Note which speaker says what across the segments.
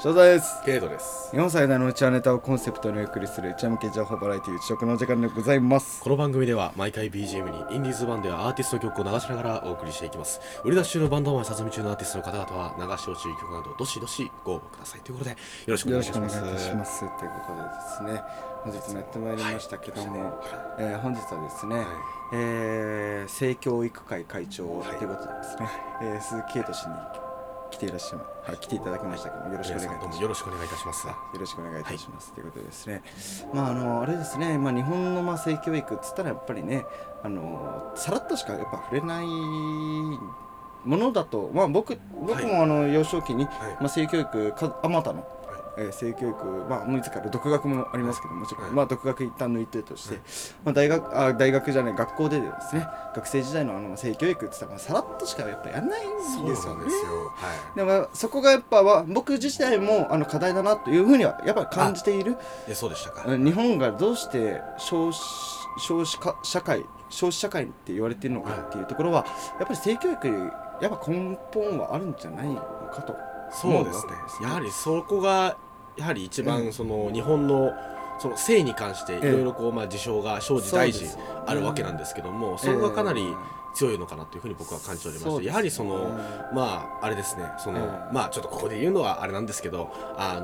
Speaker 1: 翔太です。
Speaker 2: ケイトです。
Speaker 1: 日本最大のうちわネタをコンセプトにお送りするうちわ向け情報バラエティー、うち食のお時間でございます。
Speaker 2: この番組では毎回 BGM にインディーズバンドやアーティストの曲を流しながらお送りしていきます。売り出し中のバンドマン、下積み中のアーティストの方々は流してほしい曲などどしどしご応募くださいということで、よろしくお願いいたします。
Speaker 1: よろしくお願いいたします。ということでですね、本日もやってまいりましたけども、本日はですね、性教育会会長ということでですね、鈴木啓人氏に来ていただきましたけども、よろしくお願いいたします。
Speaker 2: よろしくお願いいたします。
Speaker 1: よろしくお願いいたします。ということでですね、あれですね、日本の性教育っつったらやっぱりね、さらっとしかやっぱ触れないものだと、僕も幼少期に、性教育あまたの性教育、自ら独学もありますけどもちろん、独学一旦抜いてるとして、大学じゃない学校でですね、学生時代の性教育って言ったらさらっとしかやっぱやらないんですよね。でもそこがやっぱ僕自体も課題だなというふうにはやっぱり感じている。
Speaker 2: そうでしたか。
Speaker 1: 日本がどうして少子社会って言われているのかっていうところは、やっぱり性教育やっぱ根本はあるんじゃないのかと。
Speaker 2: そうですね。やはりそこがやはり一番その日本のその性に関していろいろ事象が生じ大事あるわけなんですけども、そこがかなり強いのかなというふうに僕は感じておりまして、やはりそのあれですね、そのちょっとここで言うのはあれなんですけど、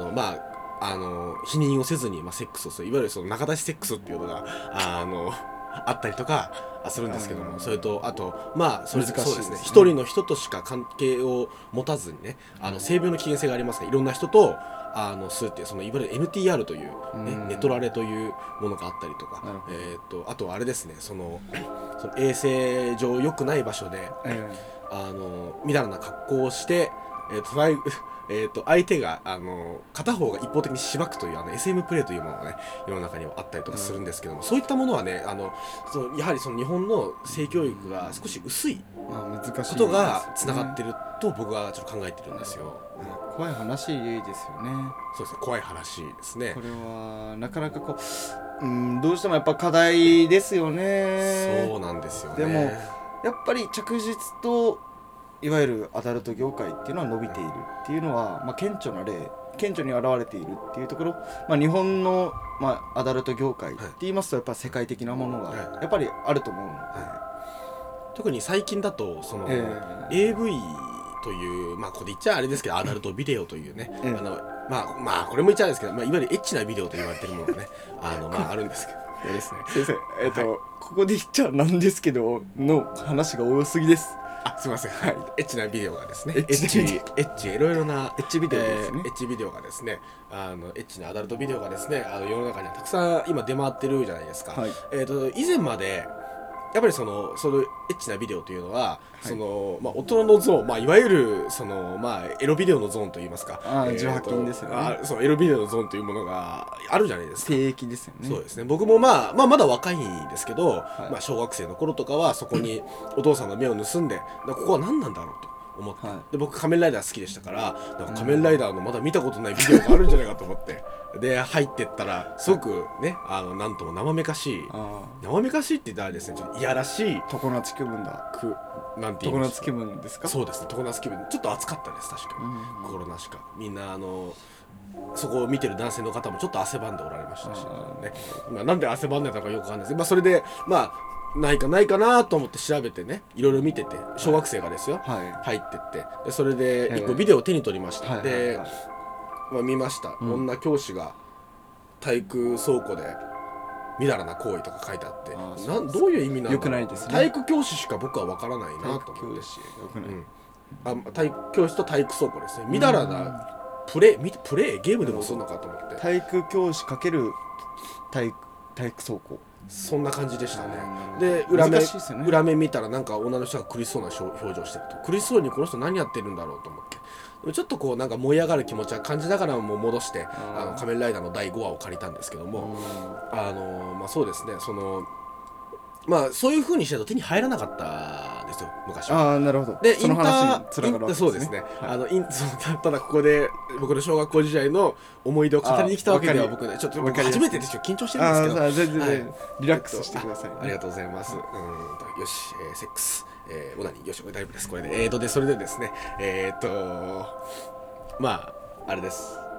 Speaker 2: 否認をせずにセックスをする、いわゆるその仲出しセックスっていうのがあったりとかするんですけども、それとあとそうですね、一人の人としか関係を持たずにね、性病の危険性がありますから、いろんな人とするっていう、そのいわゆる NTR という、ネトラレというものがあったりとか、あとあれですね、その衛生上良くない場所で、みだらな格好をして相手が片方が一方的にしばくというSM プレイというものがね、世の中にはあったりとかするんですけども、そういったものはね、やはりその日本の性教育が少し薄いことがつながってると僕はちょっと考えてるんですよ。
Speaker 1: 怖い話ですよね。
Speaker 2: そうですね、怖い話ですね。
Speaker 1: これはなかなかどうしてもやっぱ課題ですよね。
Speaker 2: そうなんですよね。
Speaker 1: でもやっぱり着実といわゆるアダルト業界っていうのは伸びているっていうのは、顕著に現れているっていうところ、日本の、アダルト業界って言いますと、やっぱ世界的なものがやっぱりあると思うので、
Speaker 2: 特に最近だとその、AV という、ここで言っちゃあれですけど、アダルトビデオというね、これも言っちゃうんですけど、いわゆるエッチなビデオと言われてるものがねあるんですけど、ですね、
Speaker 1: 先生、ここで言っちゃなんですけどの話が多すぎです。
Speaker 2: すみません。エッチなビデオがですね、エッチいろいろな
Speaker 1: エッチビデオですね。
Speaker 2: エッチビデオがですね、エッチなアダルトビデオがですね、世の中にはたくさん今出回ってるじゃないですか。以前までやっぱりそのエッチなビデオというのは、その大人のゾーン、いわゆるそのエロビデオのゾーンといいますか、
Speaker 1: 18禁ですよね。
Speaker 2: そう、エロビデオのゾーンというものがあるじゃないですか。
Speaker 1: 聖域ですよね。
Speaker 2: そうですね。僕もまだ若いんですけど、小学生の頃とかはそこにお父さんの目を盗んで、ここは何なんだろうと思って、で僕仮面ライダー好きでしたから、仮面ライダーのまだ見たことないビデオがあるんじゃないかと思ってで入ってったら、すごくね、なんとも生めかしいって言ったらですね、ちょっといやらしい
Speaker 1: 常夏気分だ。
Speaker 2: なんて言いますか。
Speaker 1: 常夏気分ですか。
Speaker 2: そうですね、常夏気分、ちょっと暑かったです、確かに。心なしかみんなそこを見てる男性の方もちょっと汗ばんでおられましたしね。なんで汗ばんでたのかよくわかんないです。それでないかなと思って調べてね、いろいろ見てて、小学生がですよ、入ってって、でそれで一個ビデオを手に取りました。で、見ました。女教師が体育倉庫でみだらな行為とか書いてあって、どういう意味なんだろう。
Speaker 1: よくないですね。
Speaker 2: 体育教師しか僕は分からないなと思って。体育教師と体育倉庫ですね。みだらなプレイゲームでもするのかと思って。
Speaker 1: 体育教師×体育倉庫、
Speaker 2: そんな感じでしたね。で裏目見たらなんか女の人が苦しそうな表情してると、苦しそうにこの人何やってるんだろうと思って、ちょっとなんか燃え上がる気持ちは感じながらも戻して仮面ライダーの第5話を借りたんですけども、そうですね、そういう風にしないと手に入らなかったんですよ、昔は。
Speaker 1: なるほど。
Speaker 2: で、
Speaker 1: その話につながるわけですね。
Speaker 2: そうですね。ただここで僕の小学校時代の思い出を語りに来たわけでは僕ね、ちょっと初めてでしょ、緊張してるんですけど。
Speaker 1: 全然リラックスしてください。
Speaker 2: ありがとうございます。よし、セックス、オナニー、よし、大丈夫です。これで、それでですね、あれです。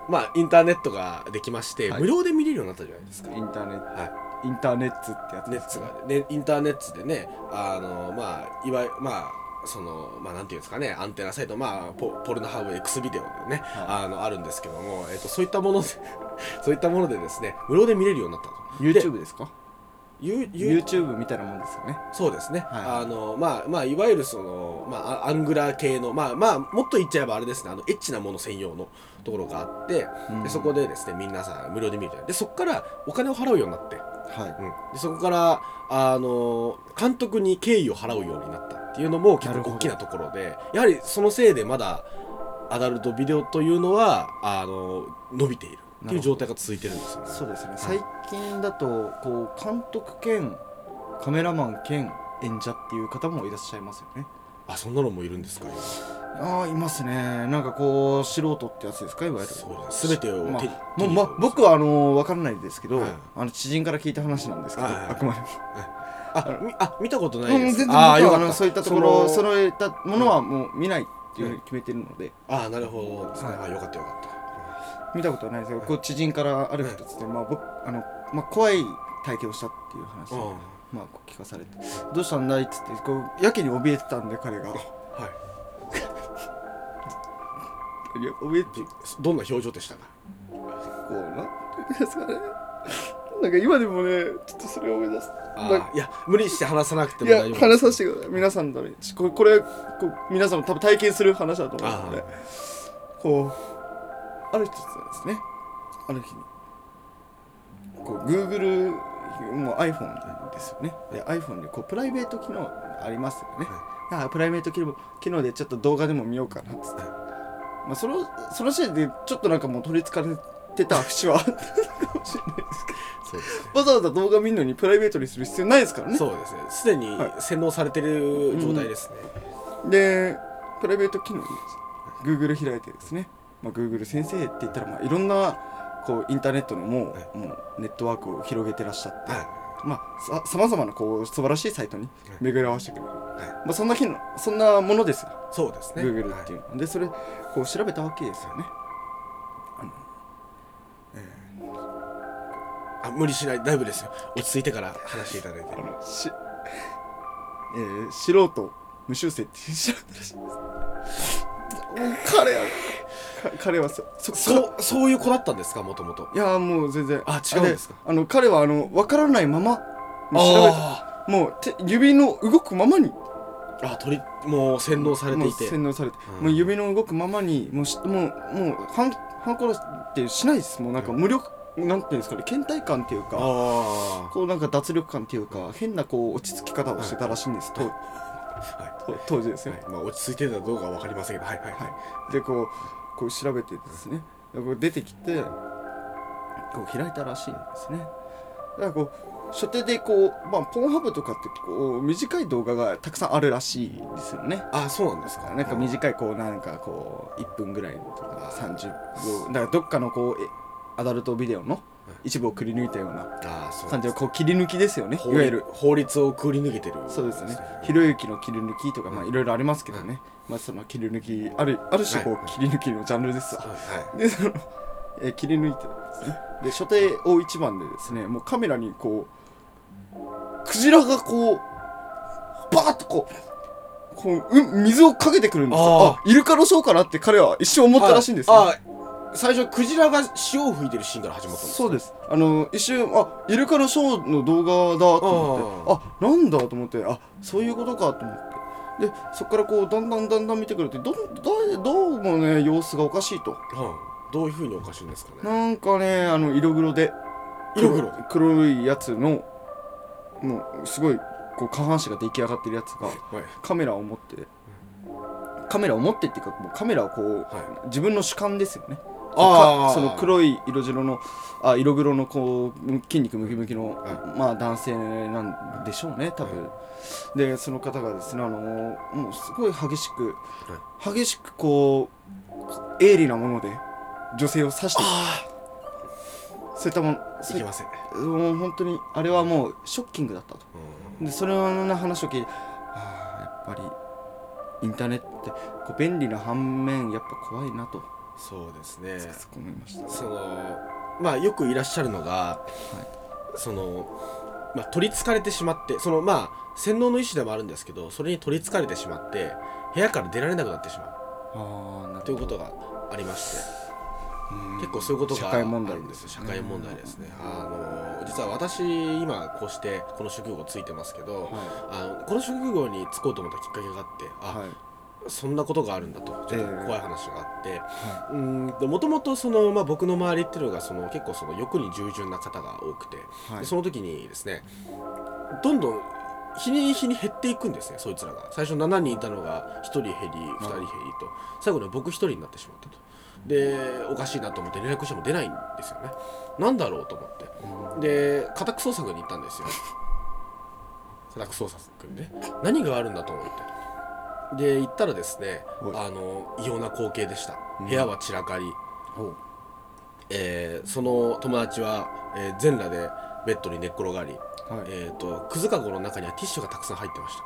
Speaker 2: まあインターネットができまして、
Speaker 1: はい
Speaker 2: 無料で見れるようになったじゃないですか。
Speaker 1: インターネット、
Speaker 2: は
Speaker 1: インターネットってやつ
Speaker 2: い、ネッツがね、インターネットでね、まあいわゆるまあそのまあなんていうんですかね、アンテナサイト、まあポルノハブ X ビデオでね、
Speaker 1: は
Speaker 2: あるんですけども、そういったものでそういったものでですね、無料で見れるようになったと。
Speaker 1: YouTube ですか？
Speaker 2: YouTube
Speaker 1: YouTube みたいなもんですよね。
Speaker 2: そうですね、
Speaker 1: は
Speaker 2: まあいわゆるその、まあ、アングラー系の、まあもっと言っちゃえばあれですね、エッチなもの専用のところがあって、
Speaker 1: うん
Speaker 2: でそこでですね皆さん無料で見るじゃない。でそこからお金を払うようになって、
Speaker 1: はい
Speaker 2: でそこから監督に敬意を払うようになったっていうのも結構大きなところで、やはりそのせいでまだアダルトビデオというのは伸びているっていう状態が続いてるんですよね。
Speaker 1: そうですね、最近だとこう監督兼カメラマン兼演者っていう方もいらっしゃいますよね。
Speaker 2: あ、そんなのもいるんですか？
Speaker 1: ああ、いますね。なんかこう素人ってやつですか、いわゆる。
Speaker 2: そうです。全てを
Speaker 1: まあ
Speaker 2: 手に
Speaker 1: 僕は分からないですけど、
Speaker 2: はい
Speaker 1: 知人から聞いた話なんですけど、
Speaker 2: はいはいはい
Speaker 1: あくまでも
Speaker 2: 見たことないです。
Speaker 1: 全然僕
Speaker 2: ああ、よかった。
Speaker 1: はそういったところ揃えたものはもう見ないっていうふうに決めてるので、
Speaker 2: ああ、なるほどですね。
Speaker 1: はい
Speaker 2: あ、よかったよかった。
Speaker 1: 見たことはないですけど、こう知人からある一つで、まあ僕怖い体験をしたっていう話を、まあこう聞かされて、どうしたんだいっつってこうやけに怯えてたんで彼が、
Speaker 2: はい。
Speaker 1: いや怯えて
Speaker 2: どんな表情でしたか？
Speaker 1: こうなんていうんですかね、なんか今でもねちょっとそれを思い出す。
Speaker 2: いや無理して話さなくて
Speaker 1: いや
Speaker 2: も大丈夫。
Speaker 1: 話させてください、皆さんのために。これ皆さんも多分体験する話だと思うので、こうある一つはですね、ある日にこう Google もう iPhone ですよね。で iPhone でこうプライベート機能ありますよね。プライベート機能でちょっと動画でも見ようかなっつって、まあ、その時点でちょっとなんかもう取りつかれてた節はあったかもしれないですけど、
Speaker 2: そうですね。
Speaker 1: わざわざ動画見るのにプライベートにする必要ないですからね。
Speaker 2: そうですね。すでに洗脳されてる状態ですね。
Speaker 1: でプライベート機能に Google 開いてですね、まあ、Google 先生って言ったら、まあ、いろんなこうインターネットのもうネットワークを広げてらっしゃって、まあさまざまなこう素晴らしいサイトに巡り合わせてくれる、まあ、そんなものですよ。
Speaker 2: そうですね。
Speaker 1: Google っていうので、それこう調べたわけですよね。
Speaker 2: 無理しない、大丈夫ですよ。落ち着いてから話していただいて。
Speaker 1: 素人無修正って調べたらしいんです。彼は
Speaker 2: そういう子だったんですか、もともと。
Speaker 1: いやもう全然
Speaker 2: 違うんですか。
Speaker 1: 彼は分からないまま調べた、もう指の動くままに
Speaker 2: もう洗脳されていて、
Speaker 1: もう指の動くままにもうハンコロってしないです。もうなんか無力、なんていうんですかね、倦怠感っていうか、こうなんか脱力感っていうか、変なこう落ち着き方をしてたらしいんです、当時ですね。
Speaker 2: まあ落ち着いてたかどうかは分かりませんけど、
Speaker 1: でこう調べてですね、こう出てきてこう開いたらしいんですね。だからこう初手でこう、まあ、ポンハブとかってこう短い動画がたくさんあるらしいですよね。
Speaker 2: そうなんですか。
Speaker 1: なんか短いこうなんかこう1分ぐらいのとか30秒、だからどっかのこうアダルトビデオの一部をくり抜いたような感じのこう切り抜きですよね。いわゆる
Speaker 2: 法律をくり抜けてる。
Speaker 1: そうですね。ひろゆきの切り抜きとかまあいろいろありますけどね。まあその切り抜きある種こう切り抜きのジャンルですわ。でその切り抜いてるんですね。で初手大一番でですね、もうカメラにこうクジラがこうバーッとこう水をかけてくるんですよ。イルカのショーかなって彼は一瞬思ったらしいんですよ。
Speaker 2: 最初クジラが潮を吹いてるシーンから始まったんですか。
Speaker 1: そうです。一瞬イルカのショーの動画だと思って、なんだと思って、そういうことかと思って、でそこからこうだんだん見てくるとどうもね様子がおかしいと。
Speaker 2: どういう風におかしいんですかね。
Speaker 1: なんかね色黒で黒いやつのもうすごいこう下半身が出来上がってるやつがカメラを持ってっていうか、もうカメラをこう自分の主観ですよね。その黒い色黒のこう筋肉ムキムキのまあ男性なんでしょうね多分。でその方がですねもうすごい激しくこう鋭利なもので女性を刺してそういったもの
Speaker 2: いけません。
Speaker 1: もう本当にあれはもうショッキングだったと。でそれの話を聞いて、やっぱりインターネットってこう便利な反面やっぱ怖いなと。
Speaker 2: そうですね。
Speaker 1: つくづく思いました。
Speaker 2: そのまあよくいらっしゃるのが、
Speaker 1: はい、
Speaker 2: そのまあ取りつかれてしまって、そのまあ洗脳の一種でもあるんですけど、それに取りつかれてしまって部屋から出られなくなってしまうということがありまして、結構そういうことがあるんですよ。社会問題ですね。実は私今こうしてこの職業ついてますけど、はい、この職業に就こうと思ったきっかけがあって、はい、そんなことがあるんだとちょっと怖い話があって、もともとその、まあ、僕の周りっていうのがその結構その欲に従順な方が多くて、はい、その時にですね、どんどん日に日に減っていくんですね。そいつらが最初7人いたのが1人減り2人減りと、最後には僕1人になってしまったと。でおかしいなと思って連絡しても出ないんですよね。なんだろうと思って、で家宅捜索に行ったんですよ。家宅捜索にね、何があるんだと思ってで行ったらですね、異様な光景でした。部屋は散らかり、その友達は、全裸でベッドに寝っ転がり、くずかごの中にはティッシュがたくさん入ってました。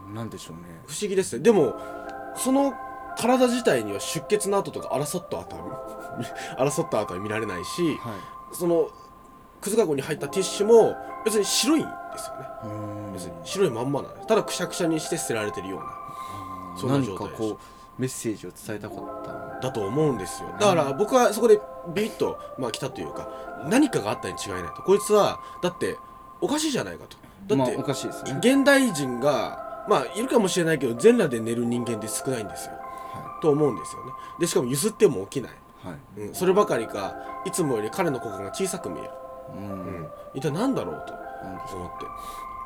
Speaker 1: なんでしょうね。
Speaker 2: 不思議ですね。でもその体自体には出血の跡とか争った跡は見られないし、はい、そのくずかごに入ったティッシュも別に白いんですよね。別に白いまんまなんです。ただくしゃくしゃにして捨てられてるような、そんな状態でした。何かこう
Speaker 1: メッセージを伝えたかった
Speaker 2: だと思うんですよ。だから僕はそこでビビッと、まあ、来たというか、何かがあったに違いないと。こいつはだっておかしいじゃないかと。だって、
Speaker 1: おかしいですね。
Speaker 2: 現代人がまあいるかもしれないけど全裸で寝る人間って少ないんですよ、と思うんですよね。でしかもゆすっても起きない、そればかりかいつもより彼の股間が小さく見える、一体何だろうと思って、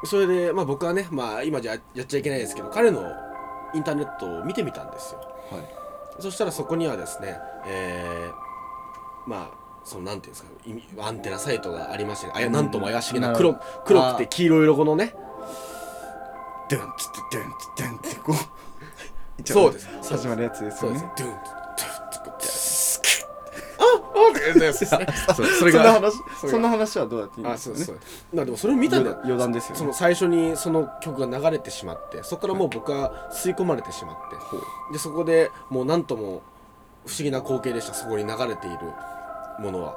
Speaker 2: それで、まあ、僕はね、まあ、今じゃやっちゃいけないですけど彼のインターネットを見てみたんですよ、そしたらそこにはですね、まあそのなんていうんですか、アンテナサイトがありまして、なんとも怪しげな黒くて黄色いロゴのね、
Speaker 1: ドゥンツドゥンツドゥンってこう
Speaker 2: そうです、
Speaker 1: 始まるやつですよね。
Speaker 2: ドゥンそれが
Speaker 1: そんな話はどうやっていいんですかね。
Speaker 2: でもそれを見たんだよ。
Speaker 1: 余談ですよね。
Speaker 2: その最初にその曲が流れてしまって、そこからもう僕は吸い込まれてしまって、でそこでもうなんとも不思議な光景でした。そこに流れているものは、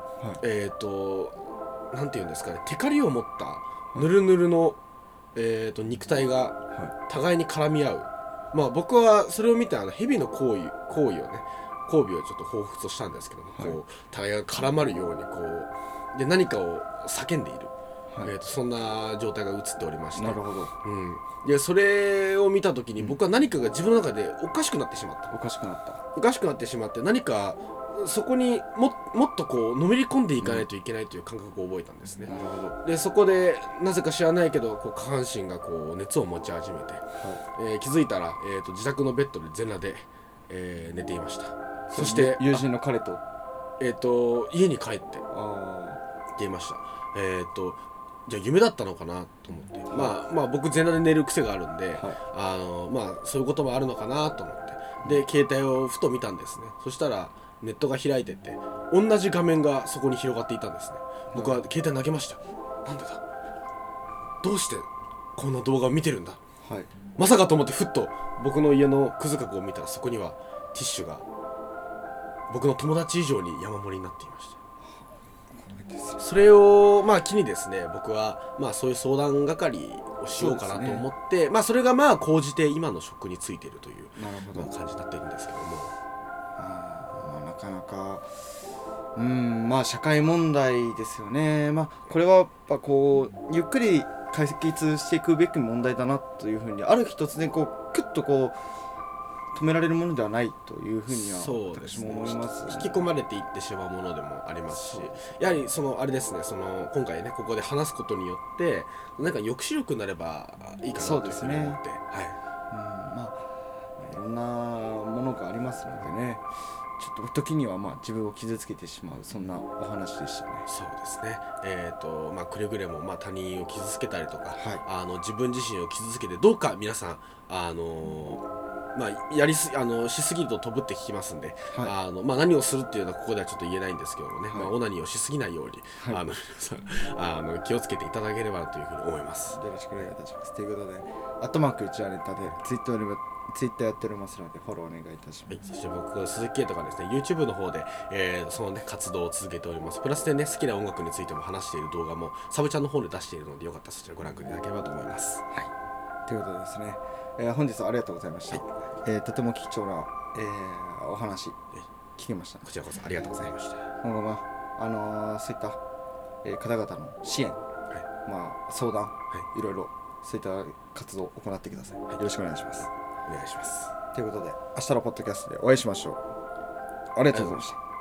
Speaker 2: なんていうんですかね、テカリを持ったぬるぬるの、肉体が互いに絡み合う、まあ僕はそれを見て蛇の交尾をね、交尾をちょっと彷彿としたんですけども、こう互いが絡まるようにこうで何かを叫んでいる、そんな状態が映っておりまして、
Speaker 1: なるほど、
Speaker 2: でそれを見た時に僕は何かが自分の中でおかしくなってしまった。おかしくなってしまって、何かそこにもっとこうのめり込んでいかないといけないという感覚を覚えたんですね。
Speaker 1: なるほど。
Speaker 2: でそこでなぜか知らないけどこう下半身がこう熱を持ち始めて、気づいたら、自宅のベッドで全裸で、寝ていました。そして
Speaker 1: 友人の彼と
Speaker 2: 家に帰っていました。じゃあ夢だったのかなと思って、まあ僕全裸で寝る癖があるんで、まあそういうこともあるのかなと思ってで携帯をふと見たんですね。そしたらネットが開いてて同じ画面がそこに広がっていたんですね。僕は携帯投げました。なんでだ、どうしてこんな動画を見てるんだ、まさかと思ってふっと僕の家のくずかごを見たら、そこにはティッシュが僕の友達以上に山盛りになっていました。それをまあ機にですね、僕はまあそういう相談係をしようかなと思って、まあそれがまあ講じて今の職に就いているという感じになっているんですけども、
Speaker 1: なかなかまあ社会問題ですよね。まあこれはやっぱこうゆっくり解決していくべき問題だなというふうに、ある日突然こうクッとこう止められるものではないというふうには私も思います、
Speaker 2: 引き込まれていってしまうものでもありますし、やはりそのあれですね、その今回ねここで話すことによってなんか抑止力になればいいかなというふうに思って、
Speaker 1: まあいろんなものがありますのでね、ちょっと時にはまあ自分を傷つけてしまう、そんなお話でしたね。
Speaker 2: そうですね。まあくれぐれもまあ他人を傷つけたりとか、自分自身を傷つけてどうか皆さんまあしすぎると飛ぶって聞きますんで、まあ何をするっていうのはここではちょっと言えないんですけどもね、まあオナニーをしすぎないように、皆さん気をつけていただければというふうに思います。
Speaker 1: よろしくお願いいたします。ということで、アットマークうちわネタでツイッターでツイッターやっておりますのでフォローお願いいたします。
Speaker 2: そして僕鈴木圭とかですね YouTube の方で、そのね活動を続けております。プラスでね好きな音楽についても話している動画もサブチャンの方で出しているので、よかったらそちらご覧いただければと思います。
Speaker 1: はい、ということでですね、本日はありがとうございました。とても貴重な、お話聞きました。
Speaker 2: こちらこそありがとうございました。
Speaker 1: 今後もそういった、方々の支援、相談、いろいろそういった活動を行ってください。よろしくお願いします。
Speaker 2: お願いします。
Speaker 1: ということで明日のポッドキャストでお会いしましょう。ありがとうございました。